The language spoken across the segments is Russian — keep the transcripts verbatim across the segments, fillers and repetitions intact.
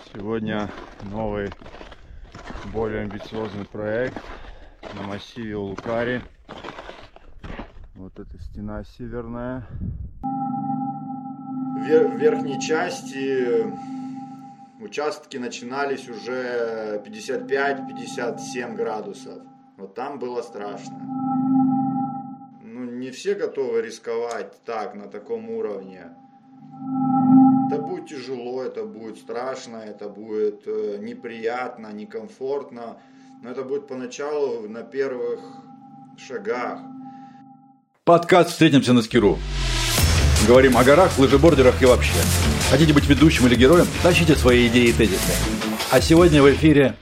Сегодня новый, более амбициозный проект на массиве Улукари. Вот эта стена северная. В верхней части участки начинались уже пятьдесят пять - пятьдесят семь градусов. Вот там было страшно. Ну, не все готовы рисковать так, на таком уровне. Это будет тяжело, это будет страшно, это будет неприятно, некомфортно. Но это будет поначалу на первых шагах. Подкаст «Встретимся на Скиру». Говорим о горах, лыжебордерах и вообще. Хотите быть ведущим или героем? Тащите свои идеи и тезисы. А сегодня в эфире...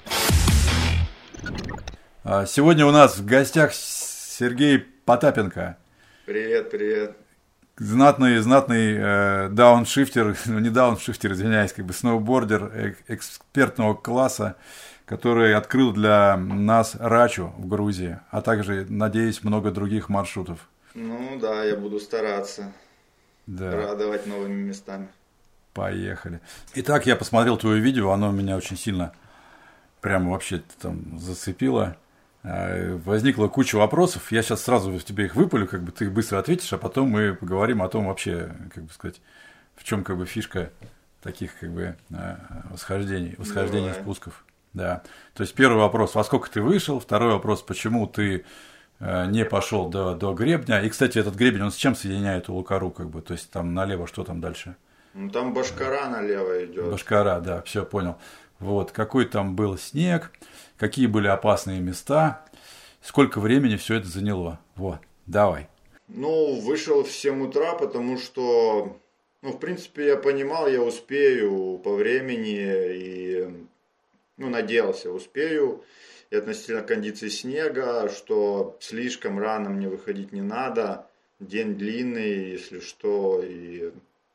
Сегодня у нас в гостях Сергей Потапенко. Привет, привет. Знатный, знатный э, дауншифтер, ну не дауншифтер, извиняюсь, как бы сноубордер э, экспертного класса, который открыл для нас Рачу в Грузии, а также, надеюсь, много других маршрутов. Ну да, я буду стараться да. радовать новыми местами. Поехали. Итак, я посмотрел твое видео, оно меня очень сильно прямо вообще там зацепило. Возникла куча вопросов, я сейчас сразу тебе их выпалю, как бы ты их быстро ответишь, а потом мы поговорим о том вообще, как бы сказать, в чем как бы фишка таких как бы восхождений, восхождений, Давай. спусков. Да. То есть первый вопрос, во сколько ты вышел, второй вопрос, почему ты не пошел до, до гребня, и, кстати, этот гребень, он с чем соединяет Улукару, как бы, то есть там налево, что там дальше? Ну там Башкара налево идет. Башкара, да, все понял. Вот, какой там был снег, какие были опасные места, сколько времени все это заняло. Вот, давай. Ну, вышел в семь утра, потому что, ну, в принципе, я понимал, я успею по времени и, ну, надеялся, успею. И относительно кондиции снега, что слишком рано мне выходить не надо. День длинный, если что, и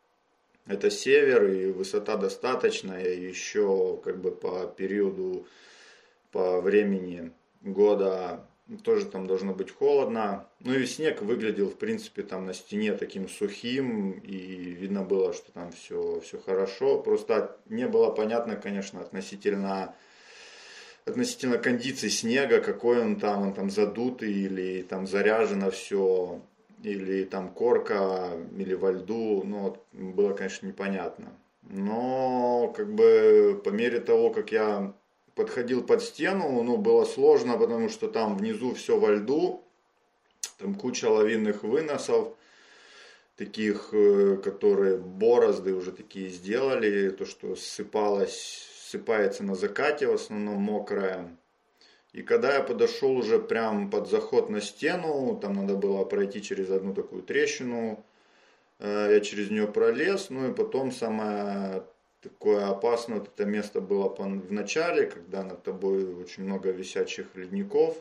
это север, и высота достаточная, и еще как бы по периоду, по времени года тоже там должно быть холодно. Ну и снег выглядел, в принципе, там на стене таким сухим, и видно было, что там все, все хорошо. Просто не было понятно, конечно, относительно, относительно кондиции снега, какой он там, он там задутый или там заряжено все, или там корка, или во льду, ну, вот, было, конечно, непонятно. Но, как бы, по мере того, как я подходил под стену, ну, было сложно, потому что там внизу все во льду, там куча лавинных выносов, таких, которые борозды уже такие сделали, то, что ссыпалось, ссыпается на закате, в основном мокрое. И когда я подошел уже прям под заход на стену, там надо было пройти через одну такую трещину, я через нее пролез, ну и потом самое такое опасное вот это место было в начале, когда над тобой очень много висячих ледников,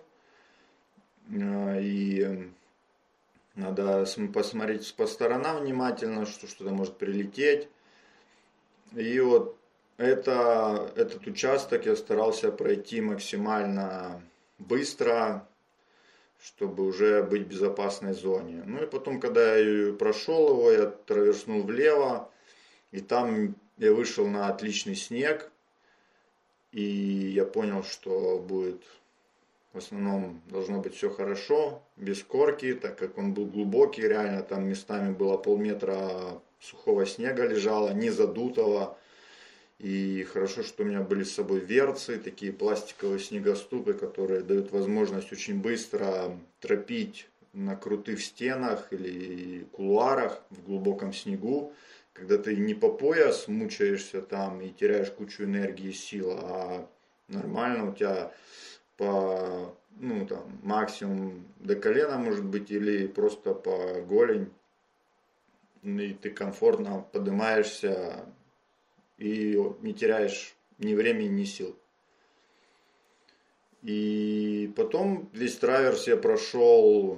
и надо посмотреть по сторонам внимательно, что что-то может прилететь. И вот Это, этот участок я старался пройти максимально быстро, чтобы уже быть в безопасной зоне. Ну и потом, когда я прошел его, я траверснул влево, и там я вышел на отличный снег, и я понял, что будет, в основном должно быть все хорошо, без корки, так как он был глубокий, реально там местами было полметра сухого снега лежало, не задутого. И хорошо, что у меня были с собой верцы, такие пластиковые снегоступы, которые дают возможность очень быстро тропить на крутых стенах или кулуарах в глубоком снегу, когда ты не по пояс мучаешься там и теряешь кучу энергии и сил, а нормально у тебя по, ну, там, максимум до колена, может быть, или просто по голень, и ты комфортно поднимаешься и не теряешь ни времени, ни сил. И потом весь траверс я прошел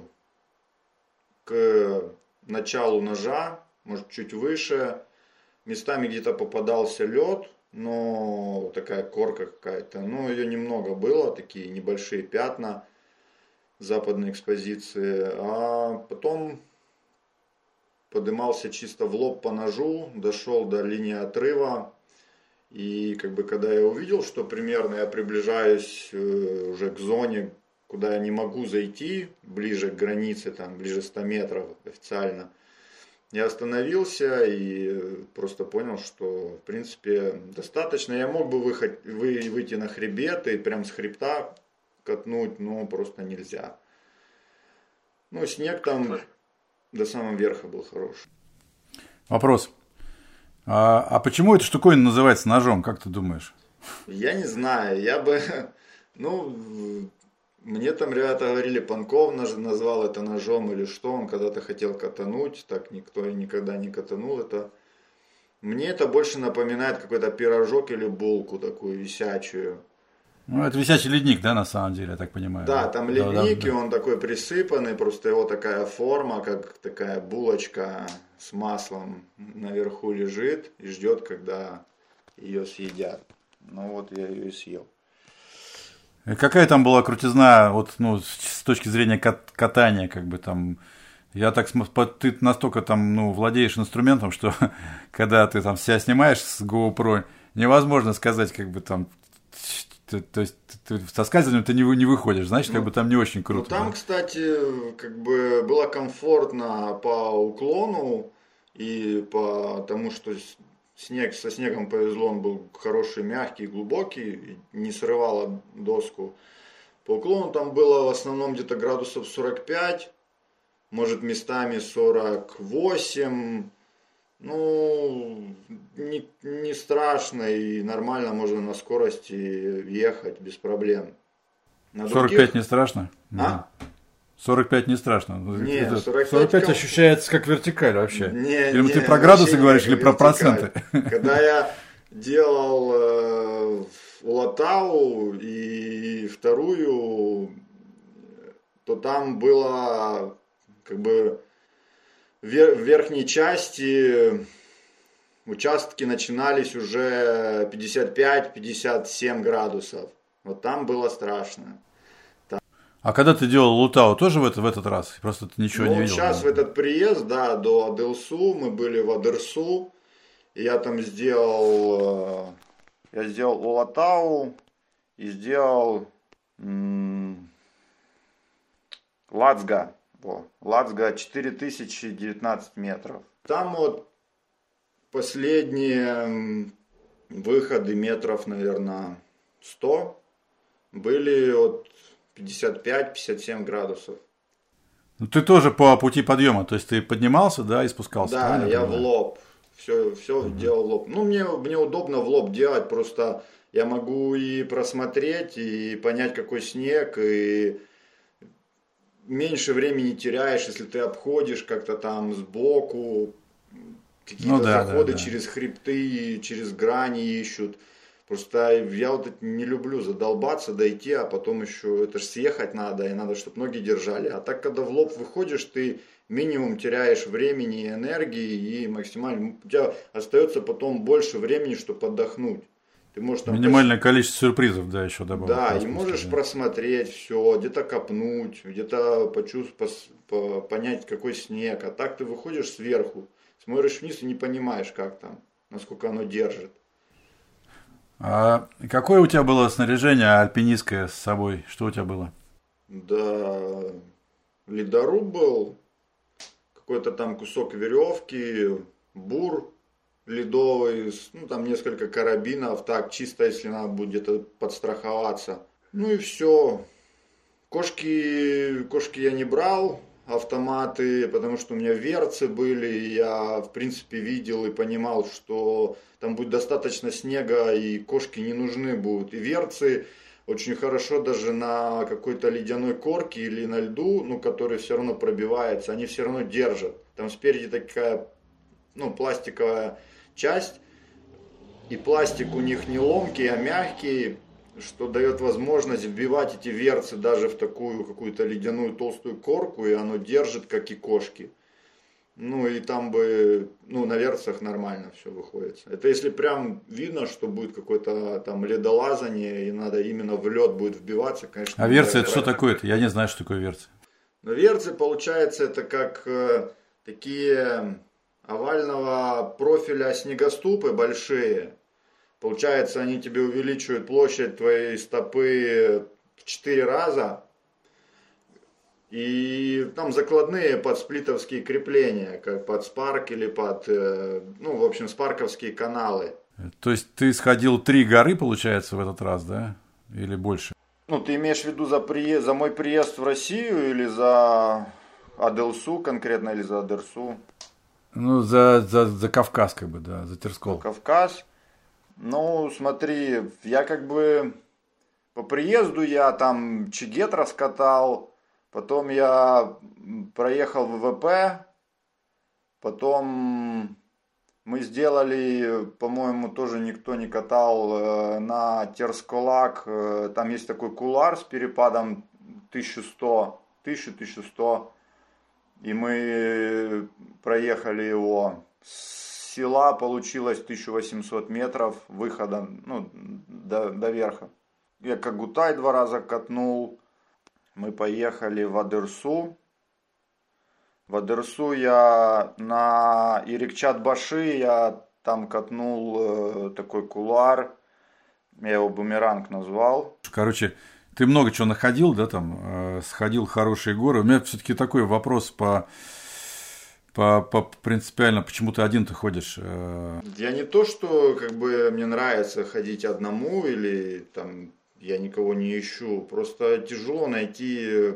к началу ножа, может чуть выше. Местами где-то попадался лед, но такая корка какая-то. Но ее немного было, такие небольшие пятна западной экспозиции. А потом поднимался чисто в лоб по ножу, дошел до линии отрыва. И как бы когда я увидел, что примерно я приближаюсь э, уже к зоне, куда я не могу зайти, ближе к границе, там, ближе ста метров официально, я остановился и просто понял, что в принципе достаточно. Я мог бы выход, вы, выйти на хребет и прям с хребта катнуть, но просто нельзя. Ну, снег там до самого верха был хороший. Вопрос. А, а почему эта штуковина называется ножом, как ты думаешь? Я не знаю, я бы, ну, мне там ребята говорили, Панков назвал это ножом или что, он когда-то хотел катануть, так никто и никогда не катанул это. Мне это больше напоминает какой-то пирожок или булку такую висячую. Ну, это висячий ледник, да, на самом деле, я так понимаю. Да, там ледник, да, да, и он такой присыпанный, просто его такая форма, как такая булочка с маслом наверху лежит и ждет, когда ее съедят. Ну вот я ее и съел. И какая там была крутизна, вот, ну, с точки зрения кат- катания, как бы там, я так смотрю, ты настолько там, ну, владеешь инструментом, что когда ты там себя снимаешь с GoPro, невозможно сказать, как бы там, то, то есть ты, со скальзыванием ты не, не выходишь, значит, как ну, бы там не очень круто. Ну, там, да? кстати, как бы было комфортно по уклону и по тому, что снег, со снегом повезло, он был хороший, мягкий, глубокий, не срывало доску. По уклону там было в основном где-то градусов сорок пять, может местами сорок восемь. Ну, не, не страшно и нормально можно на скорости ехать без проблем. На сорок пять других... не страшно? А? сорок пять не страшно. Не, сорок пять, сорок пять ком... ощущается как вертикаль вообще. Не, или не, ты про градусы говоришь, или про вертикаль. проценты? Когда я делал э, Улатау и вторую, то там было как бы в верхней части участки начинались уже пятьдесят пять - пятьдесят семь градусов. Вот там было страшно. Там... А когда ты делал Улатау, тоже в, это, в этот раз? Просто ты ничего ну, не видел? Сейчас да? в этот приезд, да, до Адылсу, мы были в Адырсу. Я там сделал, я сделал Улатау и сделал м- Лацга. Лацга четыре тысячи девятнадцать метров. Там вот последние выходы метров, наверное, сто были от пятьдесят пять - пятьдесят семь градусов. Ну, ты тоже по пути подъема, то есть ты поднимался, да, и спускался? Да, я в лоб. Все, все угу. делал в лоб. Ну, мне, мне удобно в лоб делать, просто я могу и просмотреть, и понять, какой снег, и меньше времени теряешь, если ты обходишь как-то там сбоку, какие-то ну, да, заходы да, да. через хребты, через грани ищут. Просто я вот это не люблю задолбаться, дойти, а потом еще это же съехать надо, и надо, чтобы ноги держали. А так, когда в лоб выходишь, ты минимум теряешь времени и энергии, и максимально у тебя остается потом больше времени, чтобы отдохнуть. Ты можешь, там, минимальное пос... количество сюрпризов, да, еще добавить. Да, и можешь да. просмотреть все, где-то копнуть, где-то почувствовать, по... понять, какой снег. А так ты выходишь сверху, смотришь вниз и не понимаешь, как там, насколько оно держит. А какое у тебя было снаряжение альпинистское с собой? Что у тебя было? Да, ледоруб был, какой-то там кусок веревки, бур ледовый, ну там несколько карабинов, так чисто, если надо будет где-то подстраховаться. Ну и все. Кошки, кошки я не брал, автоматы, потому что у меня верцы были, и я в принципе видел и понимал, что там будет достаточно снега и кошки не нужны будут. И верцы очень хорошо даже на какой-то ледяной корке или на льду, ну который все равно пробивается, они все равно держат. Там спереди такая, ну, пластиковая часть, и пластик у них не ломкий, а мягкий, что дает возможность вбивать эти верцы даже в такую какую-то ледяную толстую корку, и оно держит, как и кошки. Ну и там бы, ну на верцах нормально все выходит. Это если прям видно, что будет какое-то там ледолазание, и надо именно в лед будет вбиваться, конечно. А верцы это что такое-то? Я не знаю, что такое верцы. Но верцы, получается, это как э, такие овального профиля снегоступы большие, Получается, они тебе увеличивают площадь твоей стопы в четыре раза. И там закладные под сплитовские крепления, как под спарк или под, ну, в общем, спарковские каналы. То есть ты сходил три горы, получается, в этот раз, да? Или больше? Ну, ты имеешь в виду за, приезд, за мой приезд в Россию или за Аделсу конкретно, или за Адерсу? Ну, за, за, за Кавказ, как бы, да, за Терскол. За Кавказ. Ну, смотри, я как бы по приезду я там Чигет раскатал, потом я проехал в ВВП, потом мы сделали, по-моему, тоже никто не катал, на Терсколак, там есть такой кулар с перепадом тысяча сто, тысяча — тысяча сто, и мы проехали его. С села получилось тысяча восемьсот метров выхода, ну, до, до верха. Я Кагутай два раза катнул. Мы поехали в Адерсу. В Адерсу я на Ирикчат-Баши, я там катнул э, такой кулар. Я его бумеранг назвал. Короче, ты много чего находил, да, там, э, сходил в хорошие горы. У меня все-таки такой вопрос по, по, по принципиально, почему ты один-то ходишь? Э... Я не то, что как бы мне нравится ходить одному или там я никого не ищу. Просто тяжело найти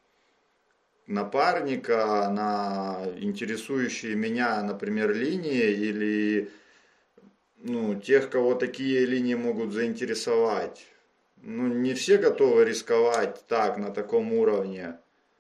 напарника на интересующие меня, например, линии или ну, тех, кого такие линии могут заинтересовать. Ну, не все готовы рисковать так, на таком уровне.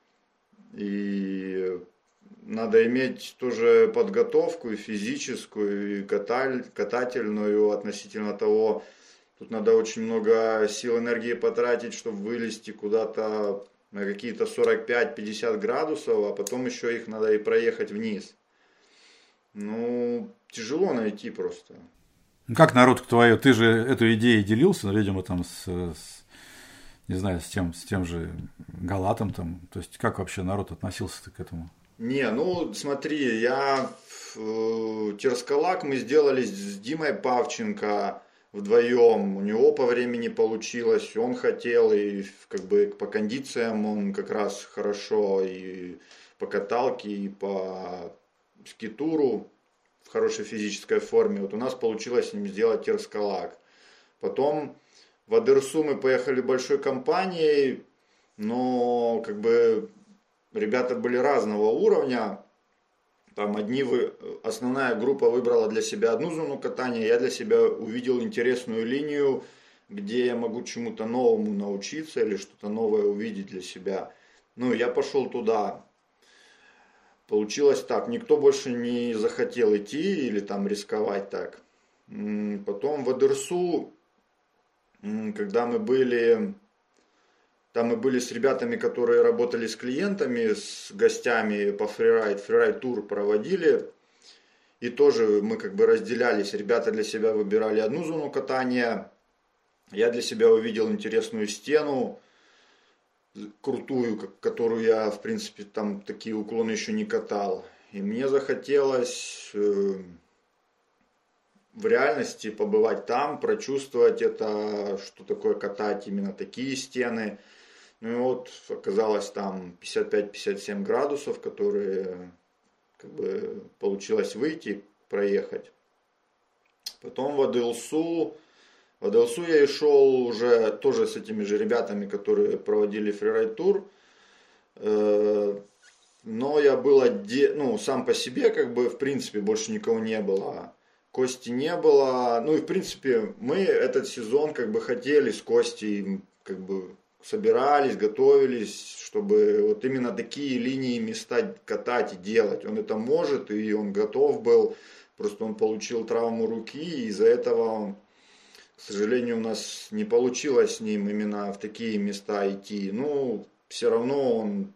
И надо иметь тоже подготовку и физическую, и каталь, катательную относительно того. Тут надо очень много сил, энергии потратить, чтобы вылезти куда-то на какие-то сорок пять — пятьдесят градусов, а потом еще их надо и проехать вниз. Ну, тяжело найти просто. Как народ твое, ты же эту идею делился, видимо, там с, с не знаю, с тем, с тем же Галатом там, то есть как вообще народ относился к этому? Не, ну смотри, я в Терсколак мы сделали с Димой Павченко вдвоем, у него по времени получилось, он хотел, и как бы по кондициям он как раз хорошо и по каталке, и по скитуру в хорошей физической форме. Вот у нас получилось с ним сделать Терсколак. Потом в Адерсу мы поехали большой компанией, но как бы ребята были разного уровня. Там одни вы... Основная группа выбрала для себя одну зону катания, я для себя увидел интересную линию, где я могу чему-то новому научиться или что-то новое увидеть для себя. Ну, я пошел туда. Получилось так, никто больше не захотел идти или там рисковать так. Потом в Адерсу, когда мы были, там мы были с ребятами, которые работали с клиентами, с гостями по фрирайд, фрирайд-тур проводили. И тоже мы как бы разделялись, ребята для себя выбирали одну зону катания, я для себя увидел интересную стену, крутую, которую я, в принципе, там такие уклоны еще не катал. И мне захотелось э, в реальности побывать там, прочувствовать это, что такое катать именно такие стены. Ну и вот оказалось там пятьдесят пять — пятьдесят семь градусов, которые как бы получилось выйти, проехать. Потом в Адылсу. В Адылсу я и шел уже тоже с этими же ребятами, которые проводили фрирайд-тур. Но я был оде... ну, сам по себе, как бы, в принципе, больше никого не было. Кости не было. Ну и, в принципе, мы этот сезон, как бы, хотели с Костей, как бы, собирались, готовились, чтобы вот именно такие линии, места катать и делать. Он это может, и он готов был. Просто он получил травму руки, и из-за этого... К сожалению, у нас не получилось с ним именно в такие места идти. Ну, все равно он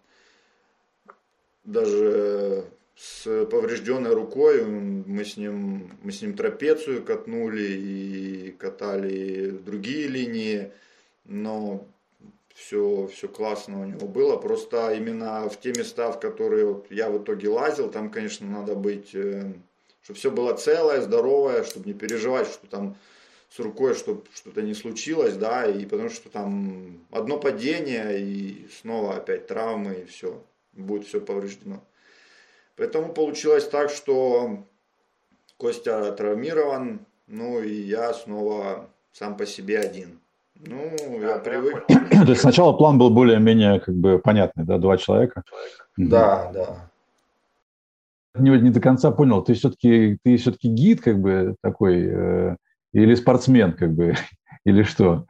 даже с поврежденной рукой, мы с ним, мы с ним трапецию катнули и катали другие линии. Но все, все классно у него было. Просто именно в те места, в которые вот я в итоге лазил, там, конечно, надо быть, чтобы все было целое, здоровое, чтобы не переживать, что там с рукой, чтобы что-то не случилось, да, и потому что там одно падение, и снова опять травмы, и все, будет все повреждено. Поэтому получилось так, что Костя травмирован, ну и я снова сам по себе один. Ну, я привык. То есть сначала план был более-менее как бы понятный, да, два человека? Да, да. Не, не до конца понял, ты все-таки ты все-таки гид как бы такой э, или спортсмен как бы, или что?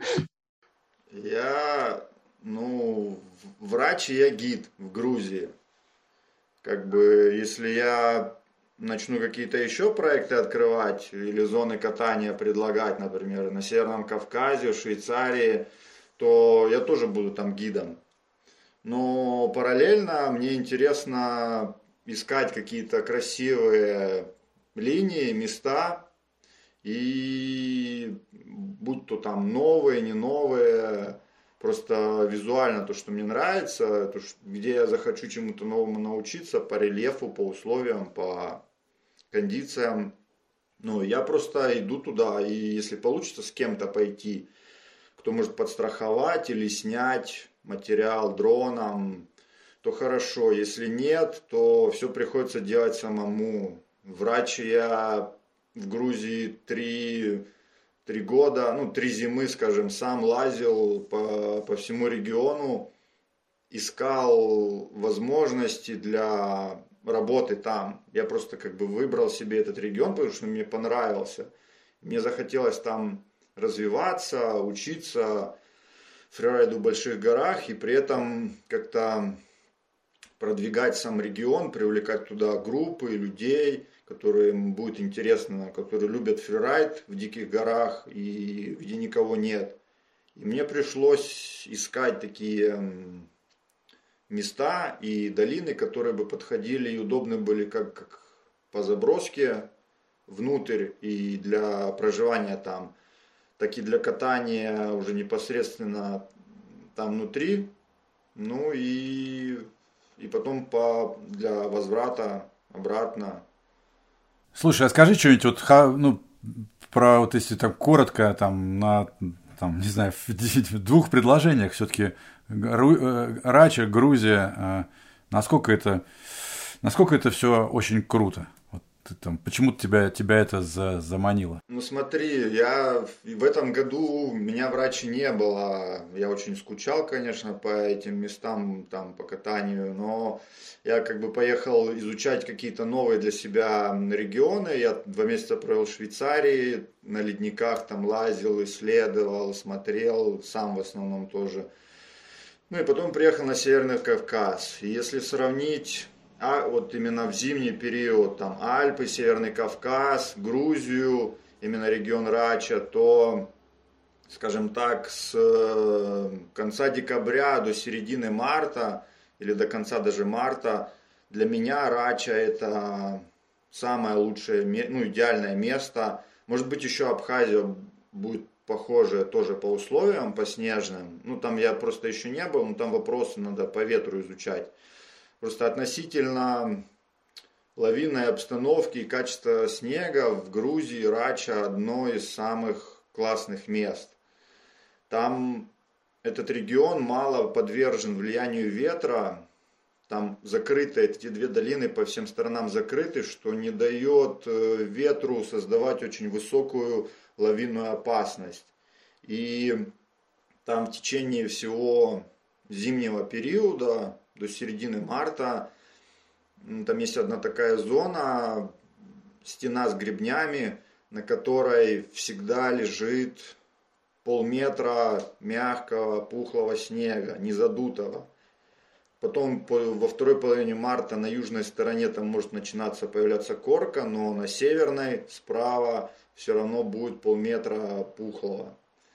Я, ну, врач и я гид в Грузии. Как бы, если я начну какие-то еще проекты открывать или зоны катания предлагать, например, на Северном Кавказе, в Швейцарии, то я тоже буду там гидом. Но параллельно мне интересно искать какие-то красивые линии, места, и будь то там новые, не новые, просто визуально то, что мне нравится, то, что, где я захочу чему-то новому научиться, по рельефу, по условиям, по кондициям. Ну, я просто иду туда, и если получится с кем-то пойти, кто может подстраховать или снять материал дроном, то хорошо. Если нет, то все приходится делать самому. Врач я в Грузии три, три года, ну, три зимы, скажем, сам лазил по, по всему региону, искал возможности для работы там. Я просто как бы выбрал себе этот регион, потому что мне понравился. Мне захотелось там развиваться, учиться фрирайду в больших горах и при этом как-то продвигать сам регион, привлекать туда группы людей, которым будет интересно, которые любят фрирайд в диких горах и где никого нет. И мне пришлось искать такие места и долины, которые бы подходили и удобны были как, как по заброске внутрь и для проживания там, так и для катания уже непосредственно там внутри, ну и, и потом по, для возврата обратно. Слушай, а скажи что-нибудь вот, ну, про вот если так коротко, там, на, там, не знаю, в двух предложениях все-таки Рача, Грузия, насколько это, насколько это все очень круто? Вот, там, почему тебя, тебя это за, заманило? Ну смотри, я в этом году, меня в Раче не было, я очень скучал, конечно, по этим местам, там, по катанию, но я как бы поехал изучать какие-то новые для себя регионы, я два месяца провел в Швейцарии, на ледниках там лазил, исследовал, смотрел, сам в основном тоже. Ну и потом приехал на Северный Кавказ. И если сравнить, а вот именно в зимний период, там Альпы, Северный Кавказ, Грузию, именно регион Рача, то, скажем так, с конца декабря до середины марта, или до конца даже марта, для меня Рача это самое лучшее, ну идеальное место. Может быть еще Абхазия будет похожее тоже по условиям, по снежным. Ну, там я просто еще не был, но там вопросы надо по ветру изучать. Просто относительно лавинной обстановки и качества снега в Грузии Рача одно из самых классных мест. Там этот регион мало подвержен влиянию ветра. Там закрыты, эти две долины по всем сторонам закрыты, что не дает ветру создавать очень высокую лавинную опасность. И там в течение всего зимнего периода, до середины марта, там есть одна такая зона, стена с гребнями, на которой всегда лежит полметра мягкого, пухлого снега, не задутого. Потом во второй половине марта на южной стороне там может начинаться появляться корка, но на северной справа все равно будет полметра пухлого.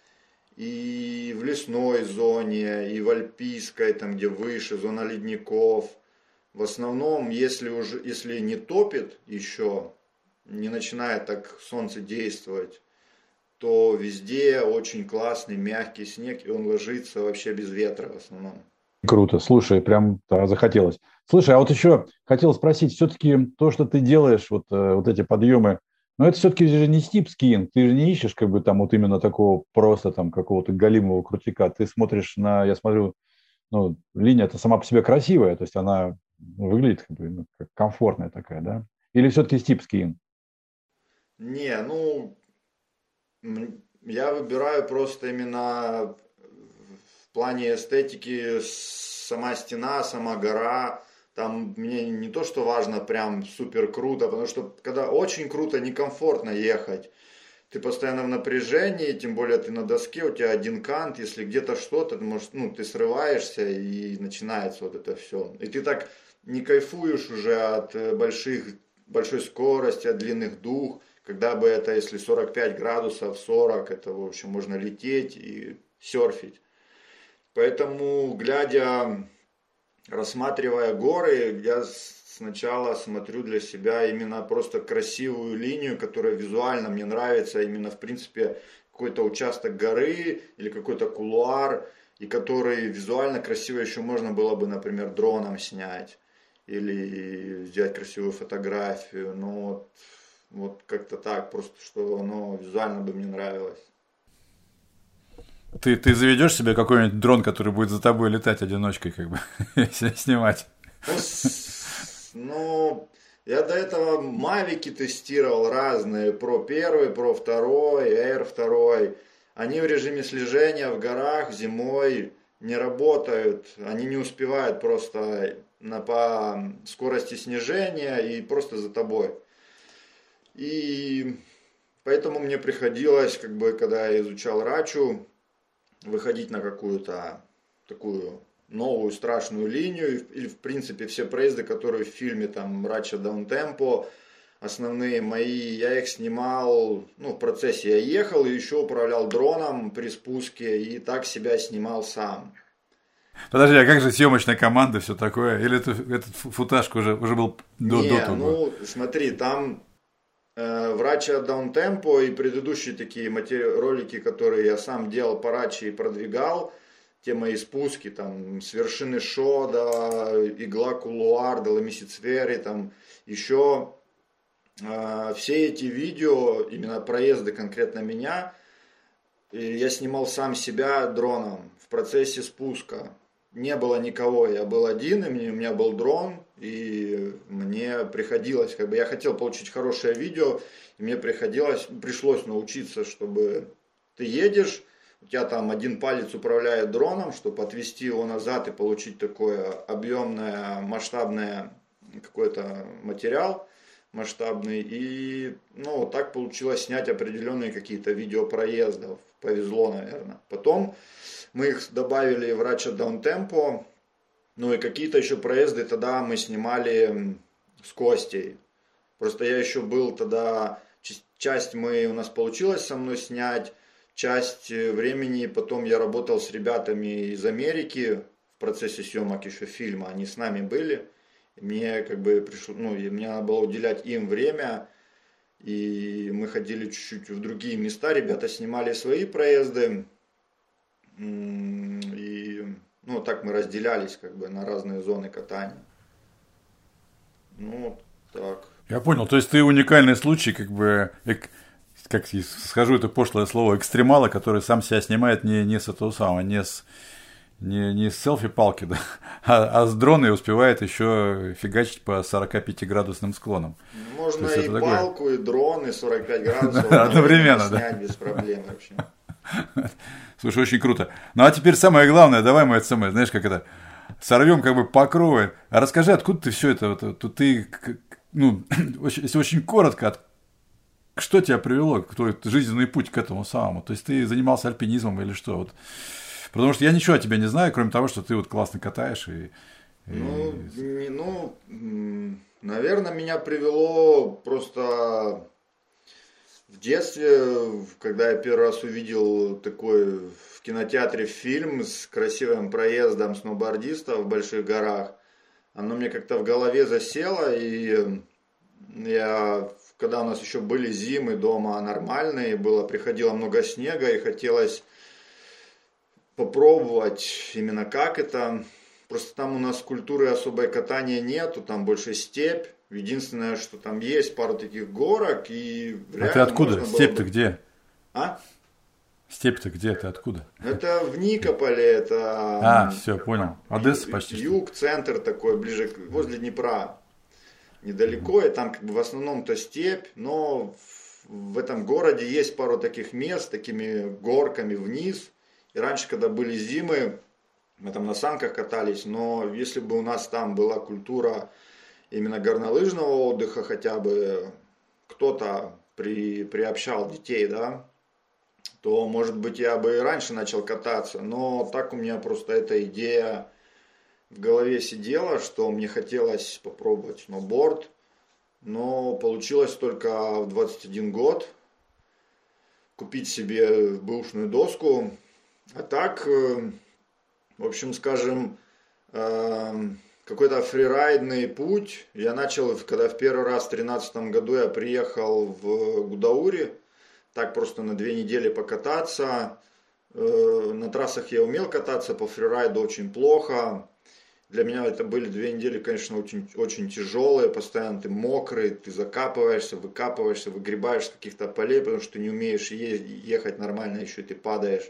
И в лесной зоне, и в альпийской, там где выше, зона ледников. В основном, если, уже, если не топит еще, не начинает так солнце действовать, то везде очень классный мягкий снег, и он ложится вообще без ветра в основном. Круто, слушай, прям да, захотелось. Слушай, а вот еще хотел спросить, все-таки то, что ты делаешь, вот, вот эти подъемы Но это все-таки же не стип скиинг, ты же не ищешь как бы там вот именно такого просто там какого-то галимого крутяка. Ты смотришь на, я смотрю, ну, линия-то сама по себе красивая, то есть она выглядит как бы ну, как комфортная такая, да? Или все-таки стип скиинг? Не, ну, м, я выбираю просто именно в плане эстетики сама стена, сама гора. Там мне не то, что важно прям супер круто, потому что когда очень круто, некомфортно ехать. Ты постоянно в напряжении, тем более ты на доске, у тебя один кант, если где-то что-то, ты можешь, ну, ты срываешься и начинается вот это все. И ты так не кайфуешь уже от э, больших, большой скорости, от длинных дуг, когда бы это, если сорок пять градусов, сорок, это, в общем, можно лететь и серфить. Поэтому, глядя, рассматривая горы, я сначала смотрю для себя именно просто красивую линию, которая визуально мне нравится, именно в принципе какой-то участок горы или какой-то кулуар, и который визуально красиво еще можно было бы, например, дроном снять или сделать красивую фотографию. Но вот, вот как-то так, просто что оно визуально бы мне нравилось. Ты, ты заведешь себе какой-нибудь дрон, который будет за тобой летать одиночкой, как бы, снимать? Ну, с- ну, я до этого мавики тестировал разные, про первый, про второй, Air второй. Они в режиме слежения в горах зимой не работают, они не успевают просто на, по скорости снижения и просто за тобой. И поэтому мне приходилось, как бы, когда я изучал рачу, выходить на какую-то такую новую страшную линию, или в принципе все проезды, которые в фильме там Рача Даунтемпо, основные мои, я их снимал, ну, в процессе я ехал и еще управлял дроном при спуске и так себя снимал сам. Подожди, а как же съемочная команда, все такое? Или это, этот футаж уже, уже был до, до Не, того? ну, смотри, там э, в Рача Даунтемпо и предыдущие такие матери- ролики, которые я сам делал по Раче и продвигал, те мои спуски, там, с вершины Шода, Игла Кулуар, Доломисицвери, там, еще э, все эти видео, именно проезды конкретно меня, и я снимал сам себя дроном в процессе спуска. Не было никого, я был один, и мне, у меня был дрон, и мне приходилось, как бы я хотел получить хорошее видео, и мне приходилось, пришлось научиться, чтобы ты едешь, у тебя там один палец управляет дроном, чтобы отвести его назад и получить такое объемное, масштабное какой-то материал масштабный. И ну, вот так получилось снять определенные какие-то видеопроездов. Повезло, наверное. Потом мы их добавили в Ratchet Down Tempo. Ну и какие-то еще проезды тогда мы снимали с Костей. Просто я еще был тогда, часть мы, у нас получилось со мной снять, часть времени потом я работал с ребятами из Америки в процессе съемок еще фильма, они с нами были. Мне как бы пришло, ну, и мне надо было уделять им время, и мы ходили чуть-чуть в другие места, ребята снимали свои проезды, и ну, так мы разделялись как бы на разные зоны катания. Ну, вот так. Я понял, то есть ты уникальный случай, как бы, эк, как скажу это пошлое слово, экстремала, который сам себя снимает не, не с этого самого, не с, не, не с селфи-палки, да, а, а с дрона и успевает еще фигачить по сорокапятиградусным склонам. Можно и палку, такое... и дрон, и сорок пять градусов. Одновременно, да. Снять без проблем вообще. Слушай, очень круто. Ну а теперь самое главное, давай мы это самое, знаешь, как это, сорвем как бы покровы. А расскажи, откуда ты все это, вот, тут ты, ну, если очень коротко, от, что тебя привело, твой жизненный путь к этому самому? То есть ты занимался альпинизмом или что? Вот. Потому что я ничего о тебе не знаю, кроме того, что ты вот классно катаешь. И, и... Ну, не, ну, наверное, меня привело просто... В детстве, когда я первый раз увидел такой в кинотеатре фильм с красивым проездом сноубордистов в больших горах, оно мне как-то в голове засело, и я, когда у нас еще были зимы дома нормальные, было, приходило много снега, и хотелось попробовать именно как это. Просто там у нас культуры особой катания нету, там больше степь. Единственное, что там есть пару таких горок, и а ты откуда? Степь-то бы... где? А? Степь-то где? Ты откуда? Это в Никополе, это... А, все, понял. Одесса почти. Юг, что? Центр такой, ближе, к... возле Днепра. Недалеко, и там как бы в основном-то степь, но в этом городе есть пару таких мест, такими горками вниз. И раньше, когда были зимы, мы там на санках катались, но если бы у нас там была культура именно горнолыжного отдыха, хотя бы кто-то при, приобщал детей, да, то, может быть, я бы и раньше начал кататься, но так у меня просто эта идея в голове сидела, что мне хотелось попробовать сноуборд, но получилось только в двадцать один год купить себе бэушную доску, а так, в общем, скажем, какой-то фрирайдный путь я начал, когда в первый раз в две тысячи тринадцатом году я приехал в Гудаури, так просто на две недели покататься. На трассах я умел кататься, по фрирайду очень плохо. Для меня это были две недели, конечно, очень, очень тяжелые, постоянно ты мокрый, ты закапываешься, выкапываешься, выгребаешь с каких-то полей, потому что ты не умеешь ехать нормально, еще и ты падаешь.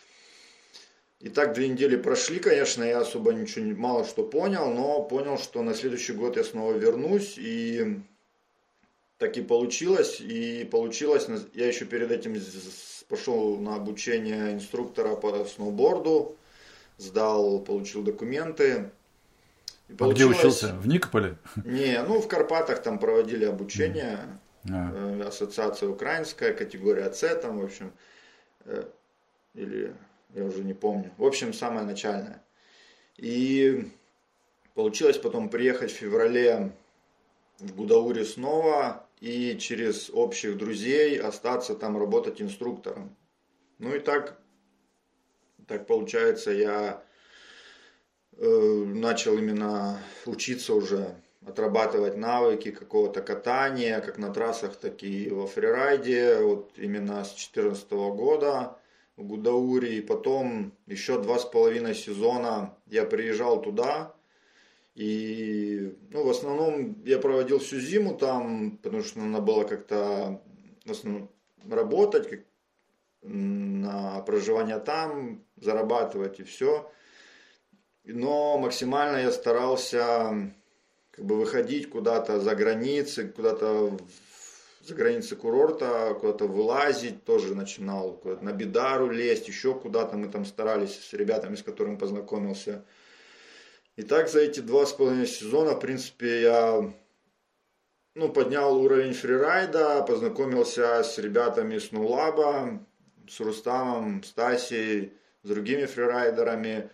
И так две недели прошли, конечно, я особо ничего, мало что понял, но понял, что на следующий год я снова вернусь, и так и получилось, и получилось, я еще перед этим пошел на обучение инструктора по сноуборду, сдал, получил документы. И а где учился? В Никополе? Не, ну в Карпатах там проводили обучение, а. Ассоциация украинская, категория С, там, в общем, или... Я уже не помню. В общем, самое начальное. И получилось потом приехать в феврале в Гудаури снова и через общих друзей остаться там работать инструктором. Ну и так, так получается, я э, начал именно учиться уже, отрабатывать навыки какого-то катания, как на трассах, так и во фрирайде. Вот именно с две тысячи четырнадцатого года. В Гудаури, и потом еще два с половиной сезона я приезжал туда, и ну, в основном я проводил всю зиму там, потому что надо было как-то в основном работать, как, на проживание там, зарабатывать и все, но максимально я старался как бы выходить куда-то за границы, куда-то за границы курорта, куда-то вылазить, тоже начинал куда-то на Бидару лезть, еще куда-то мы там старались с ребятами, с которыми познакомился. И так за эти два с половиной сезона, в принципе, я ну, поднял уровень фрирайда, познакомился с ребятами с Нулаба, с Рустамом, Стасей, с другими фрирайдерами.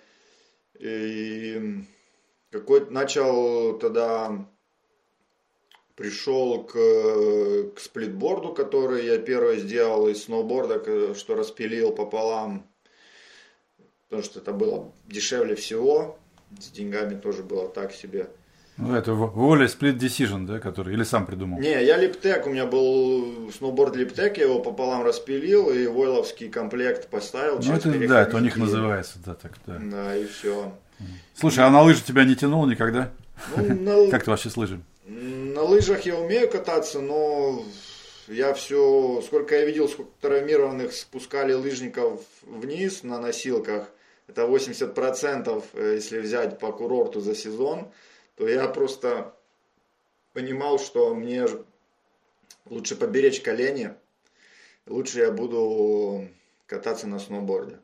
И какой-то начал тогда... Пришел к, к сплитборду, который я первый сделал из сноуборда, что распилил пополам, потому что это было дешевле всего, с деньгами тоже было так себе. Ну, это Воля Split Decision, да, который, или сам придумал? Не, я Липтек, у меня был сноуборд Липтек, я его пополам распилил и войловский комплект поставил. Ну, это, да, это у них называется, да, так, да. Да, и все. Слушай, а на лыжи тебя не тянуло никогда? Ну, на... Как ты вообще с лыжами? На лыжах я умею кататься, но я все, сколько я видел, сколько травмированных спускали лыжников вниз на носилках, это восемьдесят процентов, если взять по курорту за сезон, то я просто понимал, что мне лучше поберечь колени, лучше я буду кататься на сноуборде.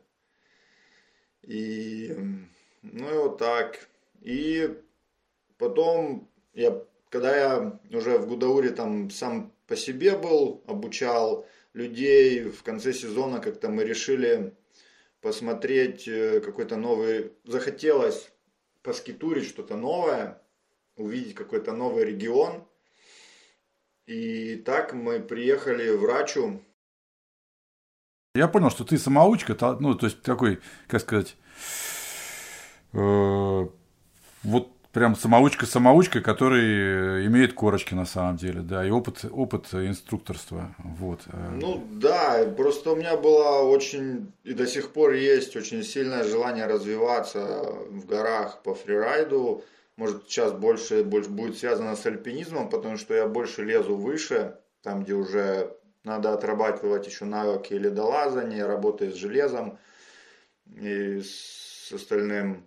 И, ну и вот так. И потом я... Когда я уже в Гудаури там сам по себе был, обучал людей, в конце сезона как-то мы решили посмотреть какой-то новый, захотелось поскитурить что-то новое, увидеть какой-то новый регион. И так мы приехали в Рачу. Я понял, что ты самоучка, ну, то есть такой, как сказать, э, вот прям самоучка-самоучка, который имеет корочки на самом деле, да, и опыт, опыт инструкторства, вот. Ну да, просто у меня было очень, и до сих пор есть очень сильное желание развиваться в горах по фрирайду. может сейчас больше, больше будет связано с альпинизмом, потому что я больше лезу выше, там где уже надо отрабатывать еще навыки ледолазания, работы с железом и с остальным.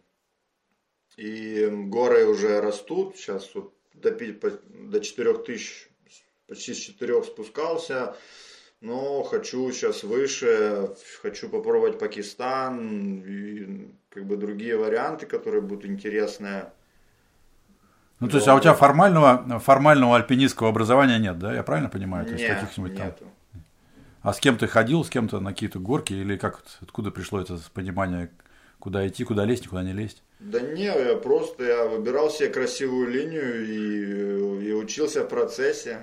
И горы уже растут, сейчас вот до, до четырёх тысяч, почти с четырёх спускался, но хочу сейчас выше, хочу попробовать Пакистан и как бы другие варианты, которые будут интересные. Ну, то есть, а у тебя формального, формального альпинистского образования нет, да? Я правильно понимаю? То есть, Нет, каких-нибудь там... нету. А с кем ты ходил, с кем-то на какие-то горки, или как, откуда пришло это понимание, куда идти, куда лезть, куда не лезть? Да не, я просто я выбирал себе красивую линию и, и учился в процессе.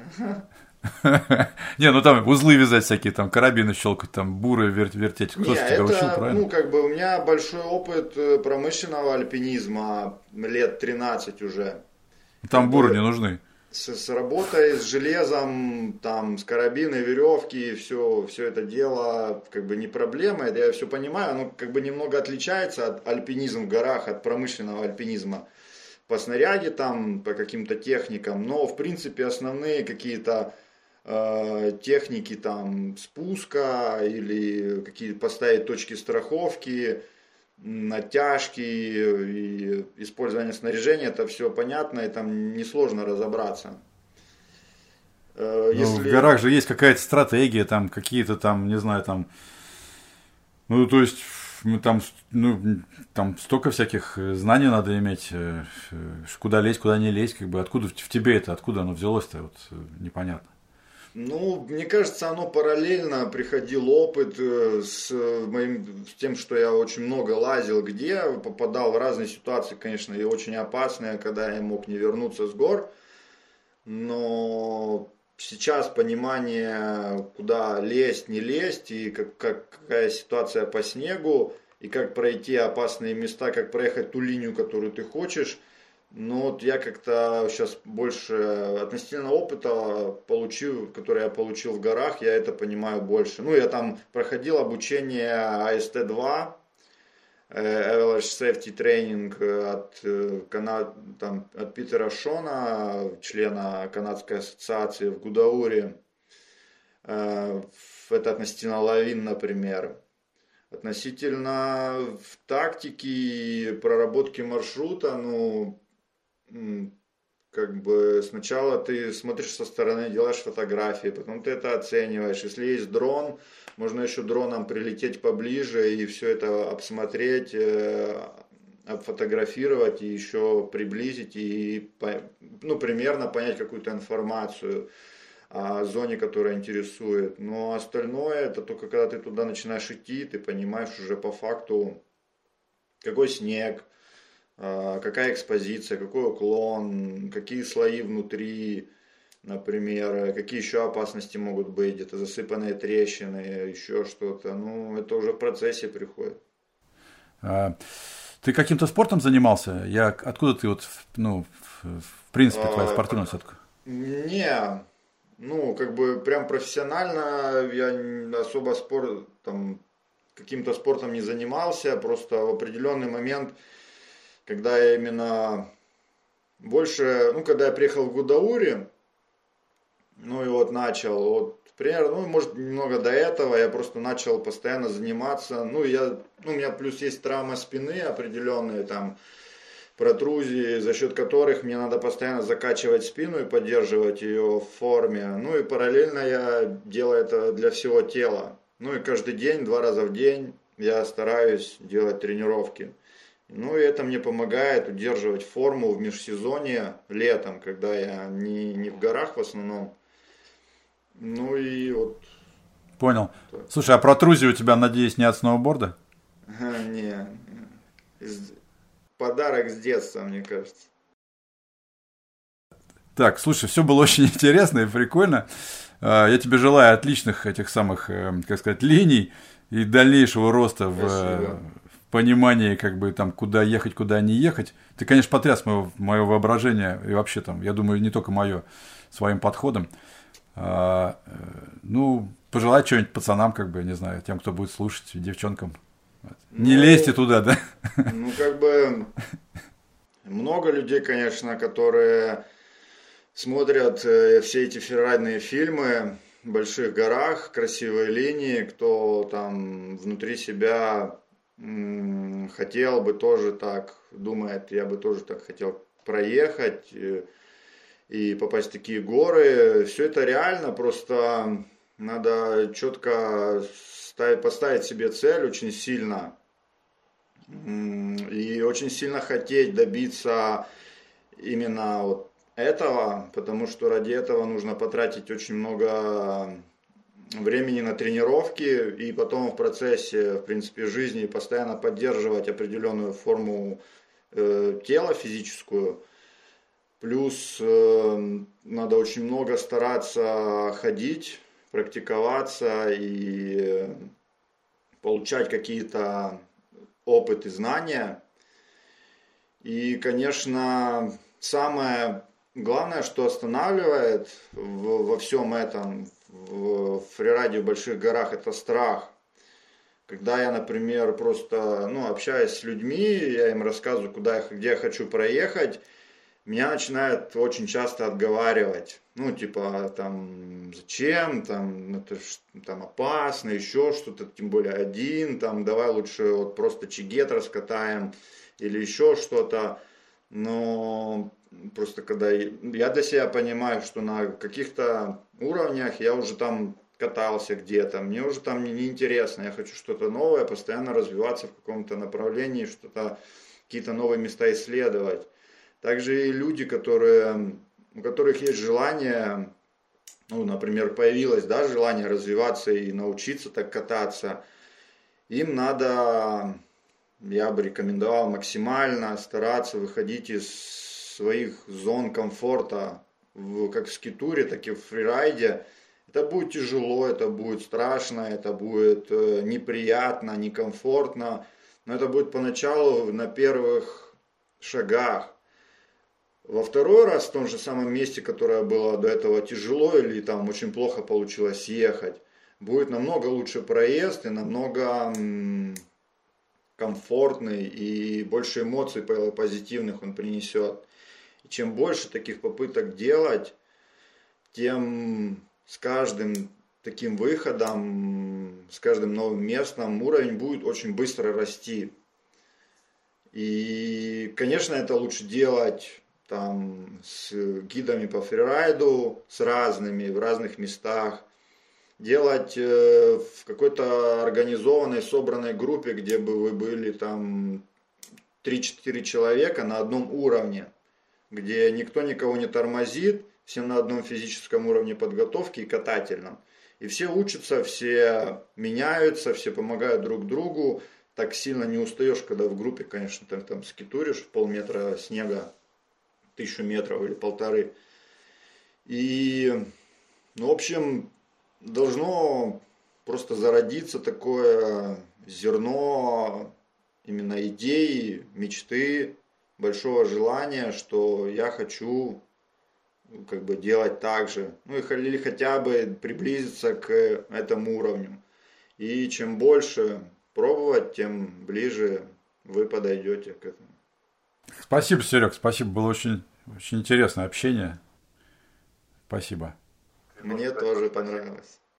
Не, ну там узлы вязать всякие, там карабины щелкать, там буры вертеть. Кто тебя учил, правильно? Ну, как бы у меня большой опыт промышленного альпинизма, лет тринадцать уже. Там буры не нужны. С, с работой, с железом, там, с карабины, веревки, все, все это дело, как бы не проблема, это я все понимаю, оно как бы немного отличается от альпинизма в горах, от промышленного альпинизма по снаряге, там, по каким-то техникам, но, в принципе, основные какие-то э, техники, там, спуска или какие поставить точки страховки, натяжки и использование снаряжения, это все понятно, и там несложно разобраться. Если... Ну, в горах же есть какая-то стратегия, там какие-то там, не знаю, там, ну, то есть, там, ну, там столько всяких знаний надо иметь, куда лезть, куда не лезть, как бы, откуда в тебе это, откуда оно взялось-то, вот, непонятно. Ну, мне кажется, оно параллельно приходил опыт с моим, с тем, что я очень много лазил, где попадал в разные ситуации, конечно, и очень опасные, когда я мог не вернуться с гор, но сейчас понимание, куда лезть, не лезть, и как, как, какая ситуация по снегу, и как пройти опасные места, как проехать ту линию, которую ты хочешь. Ну вот я как-то сейчас больше относительно опыта получил, который я получил в горах, я это понимаю больше. Ну я там проходил обучение а эс тэ два, Avalanche Safety Training от, там, от Питера Шона, члена канадской ассоциации в Гудауре. Это относительно лавин, например. Относительно в тактике и проработки маршрута, ну, как бы сначала ты смотришь со стороны, делаешь фотографии, потом ты это оцениваешь. Если есть дрон, можно еще дроном прилететь поближе и все это обсмотреть, обфотографировать и еще приблизить и, ну, примерно понять какую-то информацию о зоне, которая интересует. Но остальное, это только когда ты туда начинаешь идти, ты понимаешь уже по факту, какой снег, какая экспозиция, какой уклон, какие слои внутри, например, какие еще опасности могут быть, где-то засыпанные трещины, еще что-то. Ну, это уже в процессе приходит. Ты каким-то спортом занимался? Я, откуда ты вот, ну, в принципе, твоя спортивность? Не, ну, как бы прям профессионально я особо спорт, там, каким-то спортом не занимался, просто в определенный момент, когда я именно больше, ну, когда я приехал в Гудаури, ну, и вот начал, вот, примерно, ну, может, немного до этого я просто начал постоянно заниматься, ну, я, ну, у меня плюс есть травма спины определенные, там, протрузии, за счет которых мне надо постоянно закачивать спину и поддерживать ее в форме, ну, и параллельно я делаю это для всего тела, ну, и каждый день, два раза в день я стараюсь делать тренировки. Ну и это мне помогает удерживать форму в межсезонье летом, когда я не, не в горах в основном. Ну и вот. Понял. Так. Слушай, а протрузия у тебя, надеюсь, не от сноуборда? Не. Подарок с детства, мне кажется. Так, слушай, все было очень интересно и прикольно. Я тебе желаю отличных этих самых, как сказать, линий и дальнейшего роста в, в понимании, как бы там, куда ехать, куда не ехать. Ты, конечно, потряс мое, мое воображение и вообще там, я думаю, не только мое, своим подходом. А, ну, пожелать что-нибудь пацанам, как бы, не знаю, тем, кто будет слушать, девчонкам. Не ну, лезьте туда, да? Ну, как бы, Много людей, конечно, которые смотрят э, все эти феррайные фильмы в больших горах, красивые линии, кто там внутри себя м, хотел бы тоже так, думает, я бы тоже так хотел проехать э, и попасть в такие горы. Все это реально, просто надо четко ставить, поставить себе цель очень сильно м, и очень сильно хотеть добиться именно вот этого, потому что ради этого нужно потратить очень много времени на тренировки и потом в процессе, в принципе, жизни постоянно поддерживать определенную форму э, тела физическую. Плюс э, надо очень много стараться ходить, практиковаться и э, получать какие-то опыт и знания. И, конечно, самое главное, что останавливает в, во всем этом, в фрирайде в больших горах, это страх. Когда я, например, просто ну, общаюсь с людьми, я им рассказываю, куда я, где я хочу проехать, меня начинают очень часто отговаривать. Ну, типа, там, зачем, там, это ж, там опасно, еще что-то, тем более один, там, давай лучше вот просто чигет раскатаем или еще что-то. Но просто когда я для себя понимаю, что на каких-то уровнях я уже там катался где-то, мне уже там неинтересно, я хочу что-то новое, постоянно развиваться в каком-то направлении, что-то, какие-то новые места исследовать. Также и люди, которые, у которых есть желание, ну, например, появилось, да, желание развиваться и научиться так кататься, им надо, я бы рекомендовал максимально стараться выходить из своих зон комфорта, в, как в скитуре, так и в фрирайде. Это будет тяжело, это будет страшно, это будет неприятно, некомфортно, но это будет поначалу на первых шагах. Во второй раз в том же самом месте, которое было до этого тяжело или там очень плохо получилось ехать, будет намного лучше проезд и намного м, комфортный и больше эмоций позитивных он принесет. И чем больше таких попыток делать, тем с каждым таким выходом, с каждым новым местом уровень будет очень быстро расти. И, конечно, это лучше делать там с гидами по фрирайду, с разными, в разных местах. Делать э, в какой-то организованной, собранной группе, где бы вы были там три-четыре человека на одном уровне, где никто никого не тормозит, все на одном физическом уровне подготовки и катательном. И все учатся, все меняются, все помогают друг другу. Так сильно не устаешь, когда в группе, конечно, ты там скитуришь в полметра снега, тысячу метров или полторы. И, ну, в общем, должно просто зародиться такое зерно именно идеи, мечты, большого желания, что я хочу как бы делать так же, ну или хотя бы приблизиться к этому уровню. И чем больше пробовать, тем ближе вы подойдете к этому. Спасибо, Серег, спасибо, было очень, очень интересное общение. Спасибо. Мне тоже понравилось.